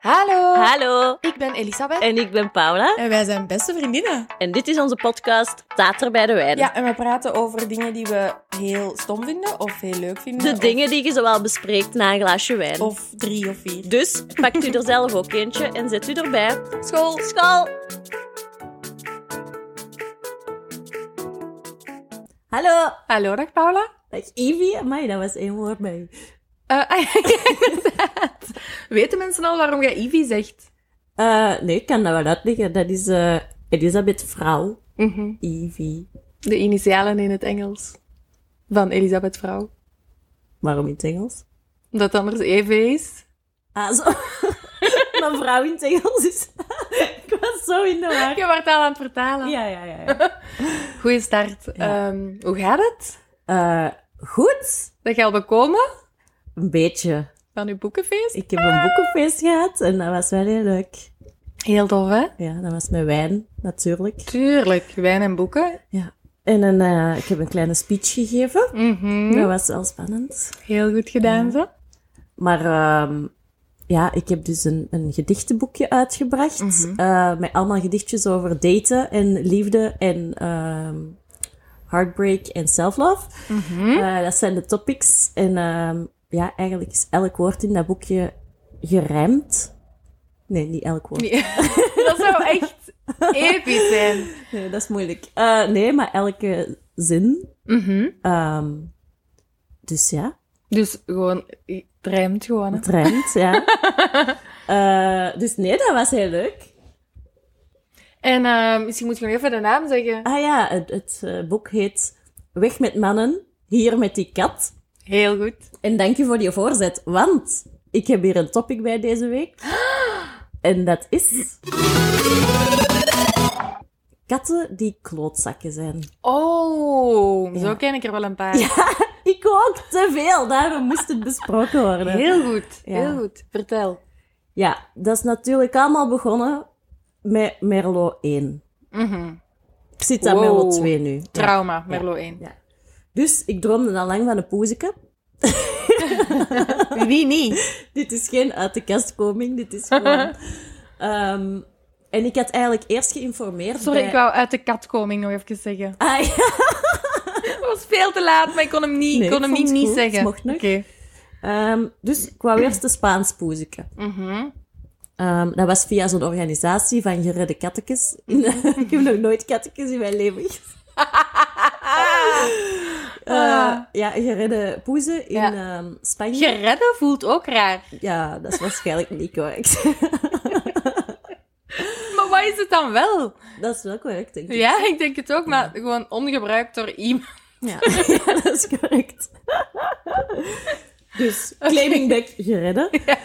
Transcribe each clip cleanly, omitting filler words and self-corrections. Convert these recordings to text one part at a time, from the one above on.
Hallo. Hallo. Ik ben Elisabeth. En ik ben Paula. En wij zijn beste vriendinnen. En dit is onze podcast Tater bij de Wijn. Ja, en we praten over dingen die we heel stom vinden of heel leuk vinden. De dingen die je zowel bespreekt na een glaasje wijn. Of 3 of 4. Dus pakt u er zelf ook eentje en zet u erbij. School. School. Hallo. Hallo, dag Paula. Dag Evie. Amai, dat was 1 woord bij u. Inderdaad. Weten mensen al waarom jij Ivy zegt? Nee, ik kan dat wel uitleggen. Dat is Elisabeth Vrouw. Evie. De initialen in het Engels. Van Elisabeth Vrouw. Waarom in het Engels? Omdat het anders Eve is. Ah, zo. Mijn vrouw in het Engels is... Ik was zo in de war. Je wordt al aan het vertalen. Ja. Goeie start. Ja. Hoe gaat het? Goed. Dat je al bekomen Een beetje. van uw boekenfeest? Ik heb een boekenfeest gehad en dat was wel heel leuk. Heel tof, hè? Ja, dat was met wijn, natuurlijk. Tuurlijk. Wijn en boeken. Ja. En ik heb een kleine speech gegeven. Dat was wel spannend. Heel goed gedaan, zo. Maar ja, ik heb dus een gedichtenboekje uitgebracht. Met allemaal gedichtjes over daten en liefde en heartbreak en self-love. Dat zijn de topics. En ja, eigenlijk is elk woord in dat boekje gerijmd. Nee, niet elk woord. Nee. Dat zou echt episch zijn. Nee, dat is moeilijk. Nee, maar elke zin. Dus ja, Dus gewoon, het rijmt gewoon. Hè. het rijmt, ja. Dus nee, dat was heel leuk. En misschien moet je nog even de naam zeggen. Ah ja, het boek heet Weg met mannen, hier met die kat. Heel goed. En dank je voor die voorzet, want ik heb hier een topic bij deze week. En dat is... Katten die klootzakken zijn. Oh, zo ken ik er wel een paar. Ik ook, te veel. Daarom moest het besproken worden. Heel goed, Ja. heel goed. Vertel. Ja, dat is natuurlijk allemaal begonnen met Merlot 1. Ik zit aan Wow. Merlot 2 nu. Ja. Trauma, Merlot 1. Ja. Dus ik droomde al lang van een poezeke. Wie niet? Dit is geen uit de kast koming, dit is gewoon... en ik had eigenlijk eerst geïnformeerd Sorry, bij... ik wou uit de katkoming nog even zeggen. Ah, ja. Het was veel te laat, maar ik kon hem niet, Nee, ik kon hem ik vond niet het goed. zeggen. Het mocht nog. Oké. Dus ik wou eerst de Spaans poezeke. Dat was via zo'n organisatie van geredde kattekes. Ik heb nog nooit kattekes in mijn leven gezien. Ja, geredde poezen in Spanje. Geredden voelt ook raar. Ja, dat is waarschijnlijk niet correct. Maar wat is het dan wel? Dat is wel correct, denk ik. Ja, ik denk het ook, maar gewoon ongebruikt door iemand. Ja, ja, dat is correct. Dus, claiming back geredden.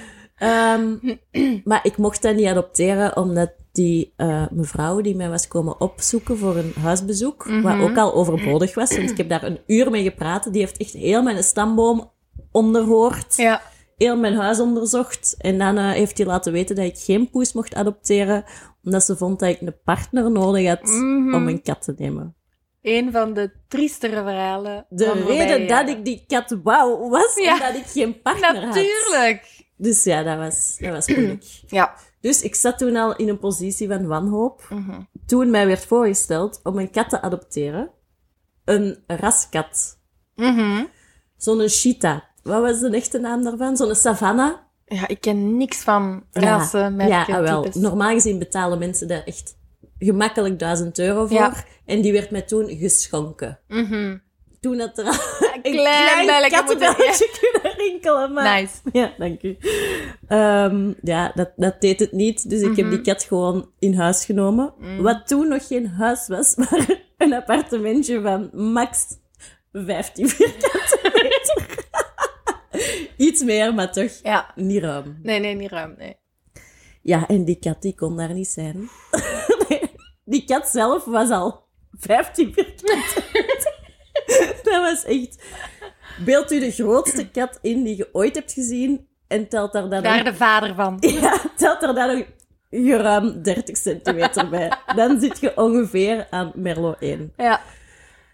Maar ik mocht dat niet adopteren, omdat die mevrouw die mij was komen opzoeken voor een huisbezoek, wat ook al overbodig was, want ik heb daar 1 uur mee gepraat, die heeft echt heel mijn stamboom onderhoord, Ja. heel mijn huis onderzocht, en dan heeft hij laten weten dat ik geen poes mocht adopteren, omdat ze vond dat ik een partner nodig had om een kat te nemen. Een van de triestere verhalen. De van voorbije reden dat jaren. ik die kat wou, was Ja. omdat ik geen partner had. Natuurlijk. Dus ja, dat was moeilijk. Ja. Dus ik zat toen al in een positie van wanhoop. Toen mij werd voorgesteld om een kat te adopteren. Een raskat. Zo'n cheetah. Wat was de echte naam daarvan? Zo'n savanna. Ja, ik ken niks van rassen, merken, Ja, wel. types. Normaal gezien betalen mensen daar echt gemakkelijk €1000 voor. Ja. En die werd mij toen geschonken. Toen had er al een klein belletje kattenbelletje kunnen rinkelen. Maar... Nice. Ja, dank u. Ja, dat deed het niet. Dus ik heb die kat gewoon in huis genomen. Wat toen nog geen huis was, maar een appartementje van max 15 vierkante meter. Iets meer, maar toch Ja. niet ruim. Nee, niet ruim, nee. Ja, en die kat die kon daar niet zijn. Nee, die kat zelf was al 15 vierkante meter. Dat was echt... Beeld u de grootste kat in die je ooit hebt gezien en telt daar dan... Daar de vader van. Ja, telt er dan nog ruim 30 centimeter bij. Dan zit je ongeveer aan Merlot 1. Ja.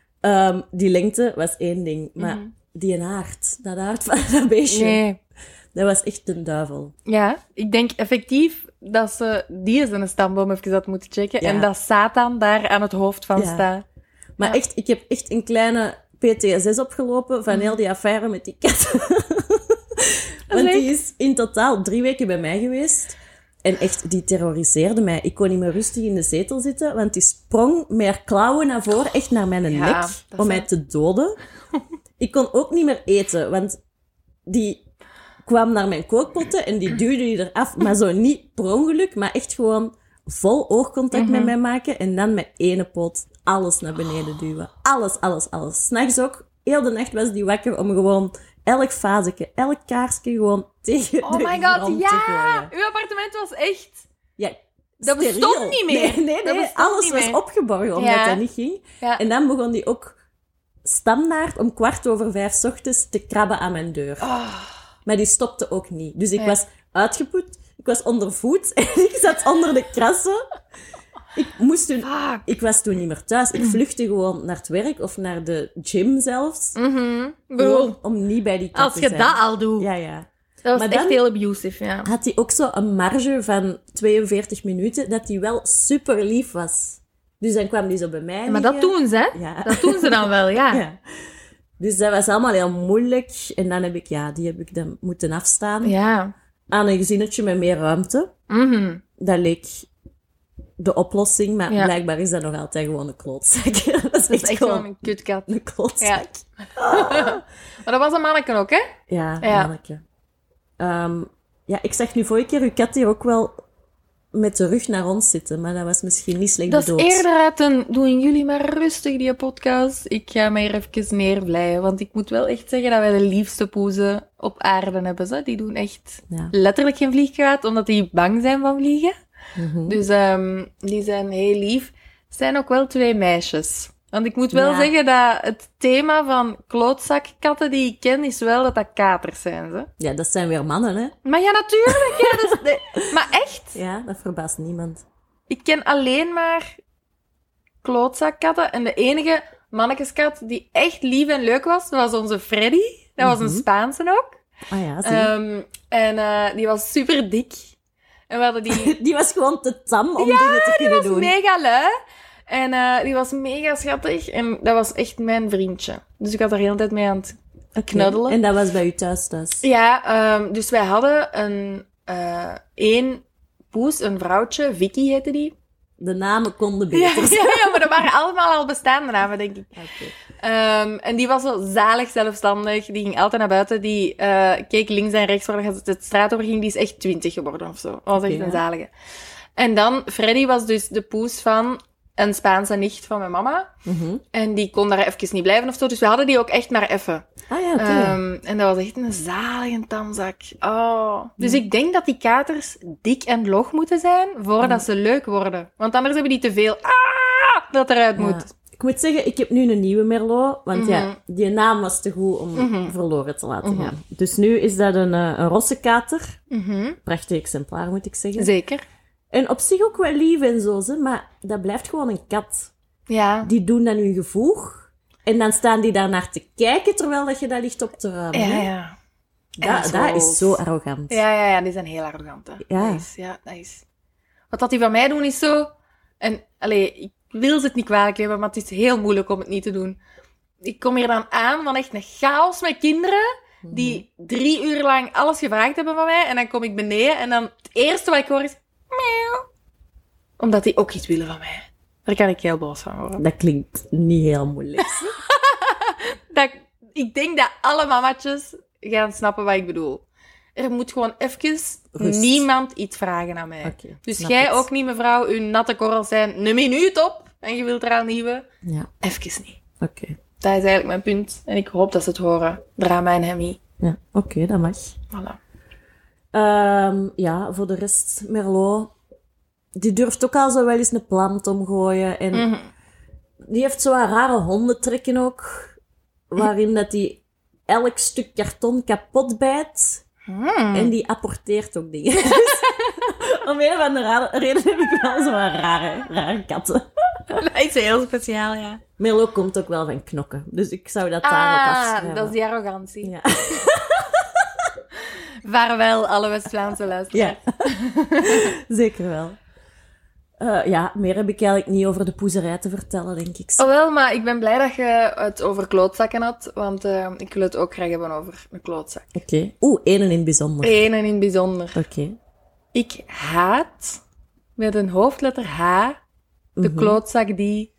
Die lengte was 1 ding, maar die aard, dat aard van dat beestje... Nee. Dat was echt de duivel. Ja, ik denk effectief dat ze die zijn stamboom even had moeten checken. Ja. En dat Satan daar aan het hoofd van Ja. staat. Maar Ja. echt, ik heb echt een kleine PTSS opgelopen van heel die affaire met die kat. Want die is in totaal 3 weken bij mij geweest. En echt, die terroriseerde mij. Ik kon niet meer rustig in de zetel zitten, want die sprong met haar klauwen naar voren, echt naar mijn Ja, nek, dat om is- mij te doden. Ik kon ook niet meer eten, want die kwam naar mijn kookpotten en die duwde die eraf. Maar zo niet per ongeluk, maar echt gewoon vol oogcontact met mij maken en dan met ene poot alles naar beneden duwen. Alles, alles, alles. 's Nachts ook, heel de nacht was die wakker om gewoon elk fazeke, elk kaarsje gewoon tegen Oh de my grond god, te ja! gooien. Uw appartement was echt... Ja, Dat steriel. bestond niet meer. Nee, Dat bestond alles niet was meer. opgeborgen omdat Ja. dat niet ging. Ja. En dan begon die ook standaard om 4:15 's ochtends te krabben aan mijn deur. Maar die stopte ook niet. Dus ik Ja. was uitgeput, ik was onder voet en ik zat onder de krassen. Fuck. Ik was toen niet meer thuis. Ik vluchtte gewoon naar het werk of naar de gym zelfs. Gewoon Bedoel, om niet bij die kat als te je zijn. dat al doet. Ja, ja. Dat was Maar echt dan- heel abusive, ja. Had hij ook zo een marge van 42 minuten dat hij wel super lief was. Dus dan kwam hij zo bij mij Maar dat liggen. doen ze, hè? Ja. Dat doen ze dan wel, ja. Ja. Dus dat was allemaal heel moeilijk. En dan die heb ik dan moeten afstaan. Ja. Aan een gezinnetje met meer ruimte. Mhm. Dat leek de oplossing, maar Ja. blijkbaar is dat nog altijd gewoon een klootzak. dat is Dat is echt gewoon een kutkat. een klootzak. Ja. Maar dat was een manneke ook, hè? Ja, Ja. manneke. Ja, ik zag nu vorige keer uw kat hier ook wel met de rug naar ons zitten, maar dat was misschien niet slecht Dat is bedoeld. eerder uit een... Doen jullie maar rustig, die podcast. Ik ga mij hier even neervleien, want ik moet wel echt zeggen dat wij de liefste poezen op aarde hebben. Ze. Die doen echt Ja. letterlijk geen vliegkwaad, omdat die bang zijn van vliegen. Mhm. Dus die zijn heel lief. Het zijn ook wel 2 meisjes. Want ik moet wel Ja. zeggen dat het thema van klootzakkatten die ik ken, is wel dat katers zijn. Ze. Ja, dat zijn weer mannen, hè? Maar ja, natuurlijk. Ja, dat is maar echt, Ja, dat verbaast niemand. ik ken alleen maar klootzakkatten. En de enige mannekeskat die echt lief en leuk was, dat was onze Freddy. Dat was een Spaanse ook. Ah ja, zie. En die was super dik. En we hadden die... Die was gewoon te tam om dingen te Die kunnen was doen. mega lui. En die was mega schattig. En dat was echt mijn vriendje. Dus ik had er de hele tijd mee aan het knuddelen. En dat was bij u thuis. Ja, dus wij hadden één poes, een vrouwtje. Vicky heette die. De namen konden Ja, beter. ja, maar dat waren allemaal al bestaande namen, denk ik. Oké. En die was zo zalig zelfstandig. Die ging altijd naar buiten. Die keek links en rechts waar het de straat over ging. Die is echt 20 geworden of zo. Dat was echt Oké, een ja. zalige. En dan, Freddy was dus de poes van een Spaanse nicht van mijn mama. Mhm. En die kon daar even niet blijven of zo. Dus we hadden die ook echt maar even. Ah ja, oké. En dat was echt een zalige tamzak. Oh. Dus ik denk dat die katers dik en log moeten zijn voordat ze leuk worden. Want anders hebben die te veel dat eruit Ja. moet. Ik moet zeggen, ik heb nu een nieuwe Merlot. Want Mhm. ja, die naam was te goed om verloren te laten gaan. Dus nu is dat een rosse kater. Prachtig exemplaar, moet ik zeggen. Zeker. En op zich ook wel lief en zo, ze, maar dat blijft gewoon een kat. Ja. Die doen dan hun gevoeg. En dan staan die daarnaar te kijken terwijl dat je dat ligt op te ruimen. Ja, hè. ja. Dat is zo arrogant. Ja, die zijn heel arrogant. Hè. Ja. Dat is. Wat die van mij doen is zo... En, ik wil ze het niet kwalijk nemen, maar het is heel moeilijk om het niet te doen. Ik kom hier dan aan van echt een chaos met kinderen die 3 uur lang alles gevraagd hebben van mij. En dan kom ik beneden en dan het eerste wat ik hoor is... Miauw. Omdat die ook iets willen van mij. Daar kan ik heel boos van worden. Dat klinkt niet heel moeilijk. Ik denk dat alle mamatjes gaan snappen wat ik bedoel. Er moet gewoon even Rust. niemand iets vragen aan mij. Oké, Dus snap jij het. ook niet, mevrouw. Uw natte korrels zijn een minuut op en je wilt er al nieuwe. Ja, Even niet. oké. Dat is eigenlijk mijn punt. En ik hoop dat ze het horen. Drama en Hemmy. Ja, oké, dat mag. Voilà. Ja, voor de rest, Merlot, die durft ook al zo wel eens een plant omgooien. En die heeft zo'n rare hondentrekken ook, waarin dat die elk stuk karton kapot bijt. En die apporteert ook dingen. Dus, om een of andere reden heb ik wel zo'n rare katten. Dat is heel speciaal, ja. Merlot komt ook wel van knokken, dus ik zou dat daarop afschrijven. Dat is die arrogantie. Ja. Vaarwel, alle West-Vlaamse luisteraars. Ja, zeker wel. Meer heb ik eigenlijk niet over de poezerij te vertellen, denk ik. Oh wel, maar ik ben blij dat je het over klootzakken had, want ik wil het ook graag hebben over een klootzak. Oké. Ene in het bijzonder. Eén en in het bijzonder. Oké. Ik haat, met een hoofdletter H, de klootzak die...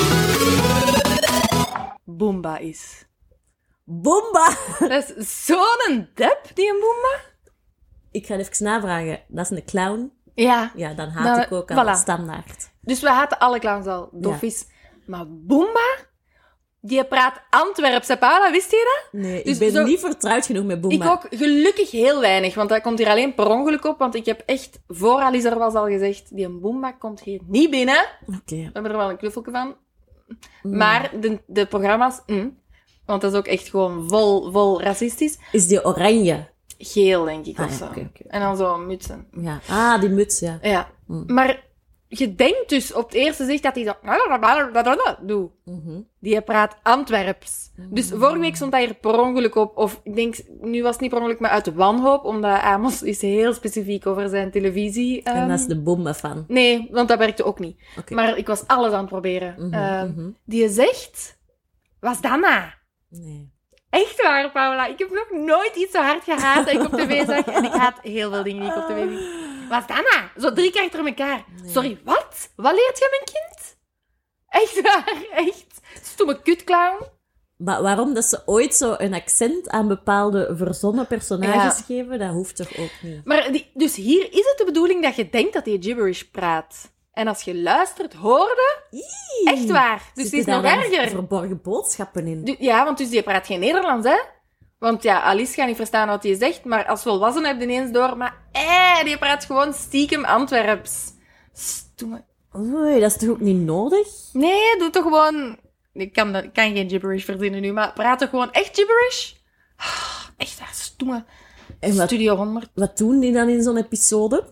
Boomba is. Boomba! Dat is zo'n dep, die een Boomba. Ik ga even navragen. Dat is een clown. Ja. Ja, dan haat ik ook al voilà. standaard. Dus we haten alle clowns al, doffies. Maar Boomba, die praat Antwerps, hè, Paula, wist je dat? Nee, Dus ik ben zo- niet vertrouwd genoeg met Boomba. Ik ook gelukkig heel weinig, want dat komt hier alleen per ongeluk op, want ik heb echt, voor Alice er was al gezegd, die een Boomba komt hier niet binnen. Oké. We hebben er wel een knuffelke van. Maar de programma's, want dat is ook echt gewoon vol racistisch. Is die oranje? Geel, denk ik, Ah, of ja, zo. oké. En dan zo mutsen. Ja. Ah, die muts, ja. Ja. Maar je denkt dus op het eerste zicht dat hij zo... doet. Die praat Antwerps. Dus vorige week stond hij er per ongeluk op. Of ik denk, nu was het niet per ongeluk, maar uit wanhoop. Omdat Amos is heel specifiek over zijn televisie. En dat is de Boomba van. Nee, want dat werkte ook niet. Oké. Maar ik was alles aan het proberen. Die zegt... Was dat nou? Nee. Echt waar, Paula. Ik heb nog nooit iets zo hard gehaat dat ik op tv zag. En ik haat heel veel dingen die ik op tv zie. Wat is dat nou? Zo 3 keer achter elkaar. Nee. Sorry, wat? Wat leert je mijn kind? Echt waar, echt. Stomme kutclown. Maar waarom dat ze ooit zo een accent aan bepaalde verzonnen personages geven, dat hoeft toch ook niet? Maar dus hier is het de bedoeling dat je denkt dat hij gibberish praat. En als je luistert, hoorde... Echt waar. Dus het is nog daar dan erger. verborgen boodschappen in? Ja, want dus die praat geen Nederlands, hè? Want ja, Alice gaat niet verstaan wat hij zegt, maar als volwassene heb je ineens door, maar die praat gewoon stiekem Antwerps. Stomme. Oei, dat is toch ook niet nodig? Nee, doe toch gewoon... Ik kan geen gibberish verzinnen nu, maar praat toch gewoon echt gibberish? Echt waar, stomme. En wat, Studio 100. wat doen die dan in zo'n episode?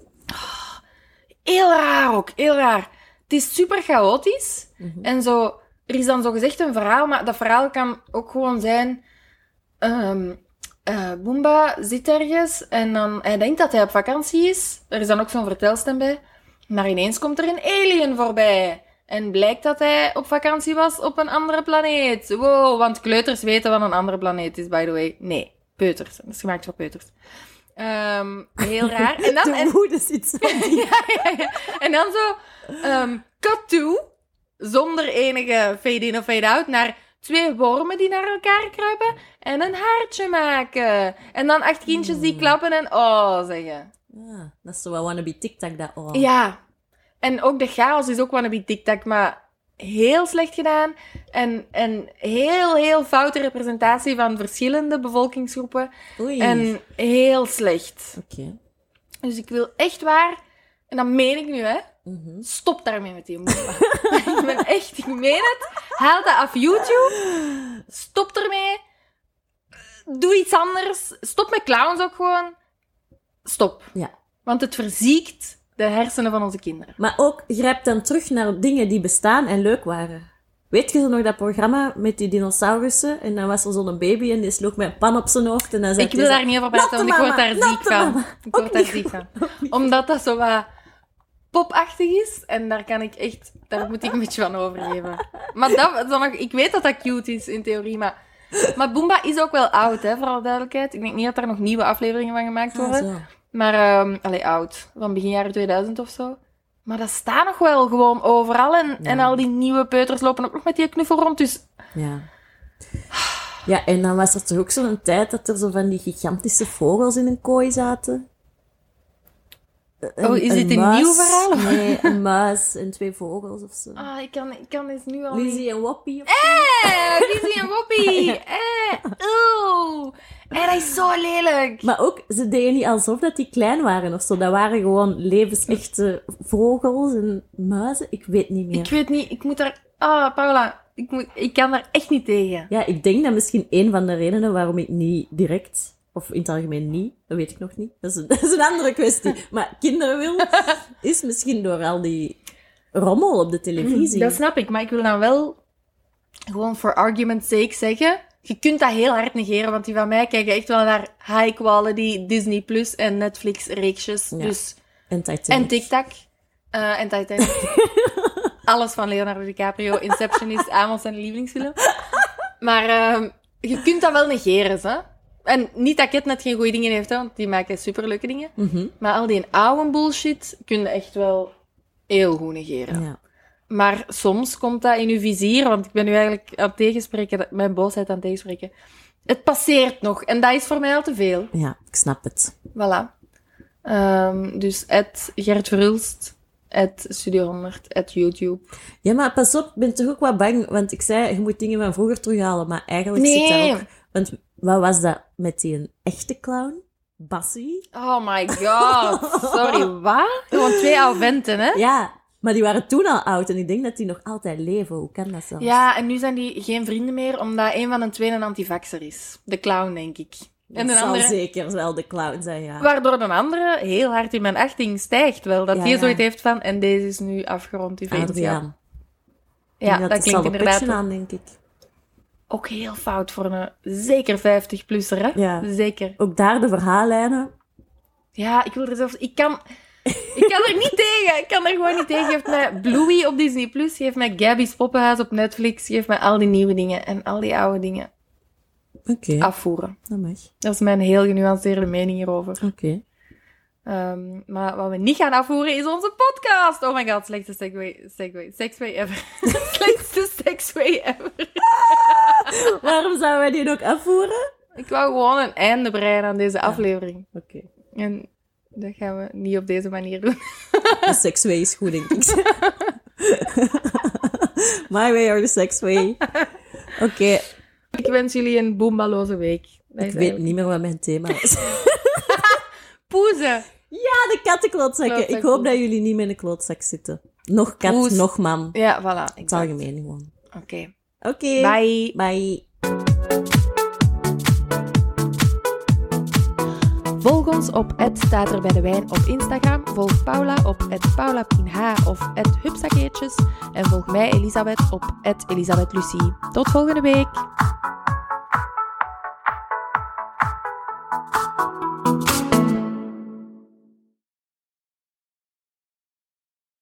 Heel raar ook, heel raar. Het is super chaotisch. En zo, er is dan zo gezegd een verhaal, maar dat verhaal kan ook gewoon zijn... Boomba zit ergens en dan hij denkt dat hij op vakantie is. Er is dan ook zo'n vertelstem bij. Maar ineens komt er een alien voorbij. En blijkt dat hij op vakantie was op een andere planeet. Wow, want kleuters weten wat een andere planeet is, by the way. Nee, peuters. Dat is gemaakt voor peuters. Heel raar. En dan... De woede zit zo diep. ja. En dan zo... cut to, zonder enige fade-in of fade-out, naar 2 wormen die naar elkaar kruipen en een haartje maken. En dan 8 kindjes die klappen en zeggen. Ja, dat is zo wat wannabe tic-tac, dat oh. Ja. En ook de chaos is ook wannabe tic-tac, maar heel slecht gedaan. En heel foute representatie van verschillende bevolkingsgroepen. Oei. En heel slecht. Oké. Dus ik wil echt waar, en dat meen ik nu, hè. Stop daarmee met die Boomba. Ik meen het. Haal dat af YouTube. Stop ermee. Doe iets anders. Stop met clowns ook gewoon. Stop. Ja. Want het verziekt de hersenen van onze kinderen. Maar ook, grijp dan terug naar dingen die bestaan en leuk waren. Weet je zo nog dat programma met die dinosaurussen? En dan was er zo'n baby en die sloeg met een pan op zijn hoofd. En dan zei Ik wil daar niet over praten, want ik word daar ziek van. Ik word daar ziek van. Omdat dat zo wat popachtig is. En daar moet ik een beetje van overgeven. Maar ik weet dat dat cute is, in theorie. Maar Boomba is ook wel oud, hè, voor alle duidelijkheid. Ik denk niet dat er nog nieuwe afleveringen van gemaakt worden. Zo. Maar, oud. Van begin jaren 2000 of zo. Maar dat staat nog wel gewoon overal. En al die nieuwe peuters lopen ook nog met die knuffel rond. Dus Ja. Ja, en dan was er toch ook zo'n tijd dat er zo van die gigantische vogels in een kooi zaten. is dit een nieuw verhaal? Nee, een muis en 2 vogels of zo. ik kan dus nu al niet... Lizzie en Woppie of Lizzie en Woppie! Oeh! Dat is zo lelijk! Maar ook, ze deden niet alsof dat die klein waren of zo. Dat waren gewoon levensechte vogels en muizen. Ik weet niet meer. Ik weet niet, ik moet daar... Paula, ik kan daar echt niet tegen. Ja, ik denk dat misschien een van de redenen waarom ik niet direct, of in het algemeen niet, dat weet ik nog niet. Dat is een andere kwestie. Maar kinderen wil, is misschien door al die rommel op de televisie. Dat snap ik, maar ik wil dan wel gewoon for argument's sake zeggen... je kunt dat heel hard negeren, want die van mij kijken echt wel naar high-quality Disney Plus en Netflix-reeksjes. Ja. Dus, En Titanic. en TikTok. En Titanic. Alles van Leonardo DiCaprio. Inception is Amos zijn lievelingsfilm. Maar je kunt dat wel negeren, hè. En niet dat Ketnet geen goede dingen heeft, hè, want die maken superleuke dingen. Mhm. Maar al die oude bullshit kun je echt wel heel goed negeren. Ja. Maar soms komt dat in uw vizier, want ik ben nu eigenlijk aan het tegenspreken, mijn boosheid aan het tegenspreken. Het passeert nog, en dat is voor mij al te veel. Ja, ik snap het. Voilà. Dus Gert Verhulst, Studio 100, YouTube. Ja, maar pas op, ik ben toch ook wat bang, want ik zei, je moet dingen van vroeger terughalen, maar eigenlijk zit daar ook... Want wat was dat met die een echte clown? Bassie? Oh my god. Sorry, wat? Gewoon 2 oude venten, hè? Ja, maar die waren toen al oud en ik denk dat die nog altijd leven. Hoe kan dat zelfs? Ja, en nu zijn die geen vrienden meer, omdat een van de twee een antivaxer is. De clown, denk ik. En dat de zal andere... zeker wel de clown zijn, ja. Waardoor een andere heel hard in mijn achting stijgt wel. Dat Ja, die ja. zoiets heeft van, en deze is nu afgerond, die vriendschap. Adriaan. Ja, dat dat is klinkt al de inderdaad putje aan, denk ik. ook heel fout voor een zeker 50-plusser, hè? Ja. Zeker. Ook daar de verhaallijnen. Ja, ik wil er zelfs... Ik kan er niet tegen. Ik kan er gewoon niet tegen. Geef mij Bluey op Disney+, geef mij Gabby's Poppenhuis op Netflix, geef mij al die nieuwe dingen en al die oude dingen Oké, afvoeren. dat mag. Dat is mijn heel genuanceerde mening hierover. Oké. Maar wat we niet gaan afvoeren is onze podcast. Oh my god, slechtste segue ever. Slechtste segue ever. Waarom zouden wij die nog afvoeren? Ik wou gewoon een einde breien aan deze aflevering. Oké. En dat gaan we niet op deze manier doen. De sexway is goed, denk ik. My way or the sex way. Oké. Ik wens jullie een boembaloze week. Ik weet niet meer wat mijn thema is. Poezen. Ja, de kattenklootzakje. Ik hoop dat jullie niet met een klootzak zitten. Nog kat, Poes. nog man. Ja, voilà. Het algemeen gewoon. Oké. Oké. Bye. Bye. Volg ons op @staterbijdewijn op Instagram. Volg Paula op @paulapinh of @hupsakeetjes. En volg mij, Elisabeth, op @elisabethlucie. Tot volgende week.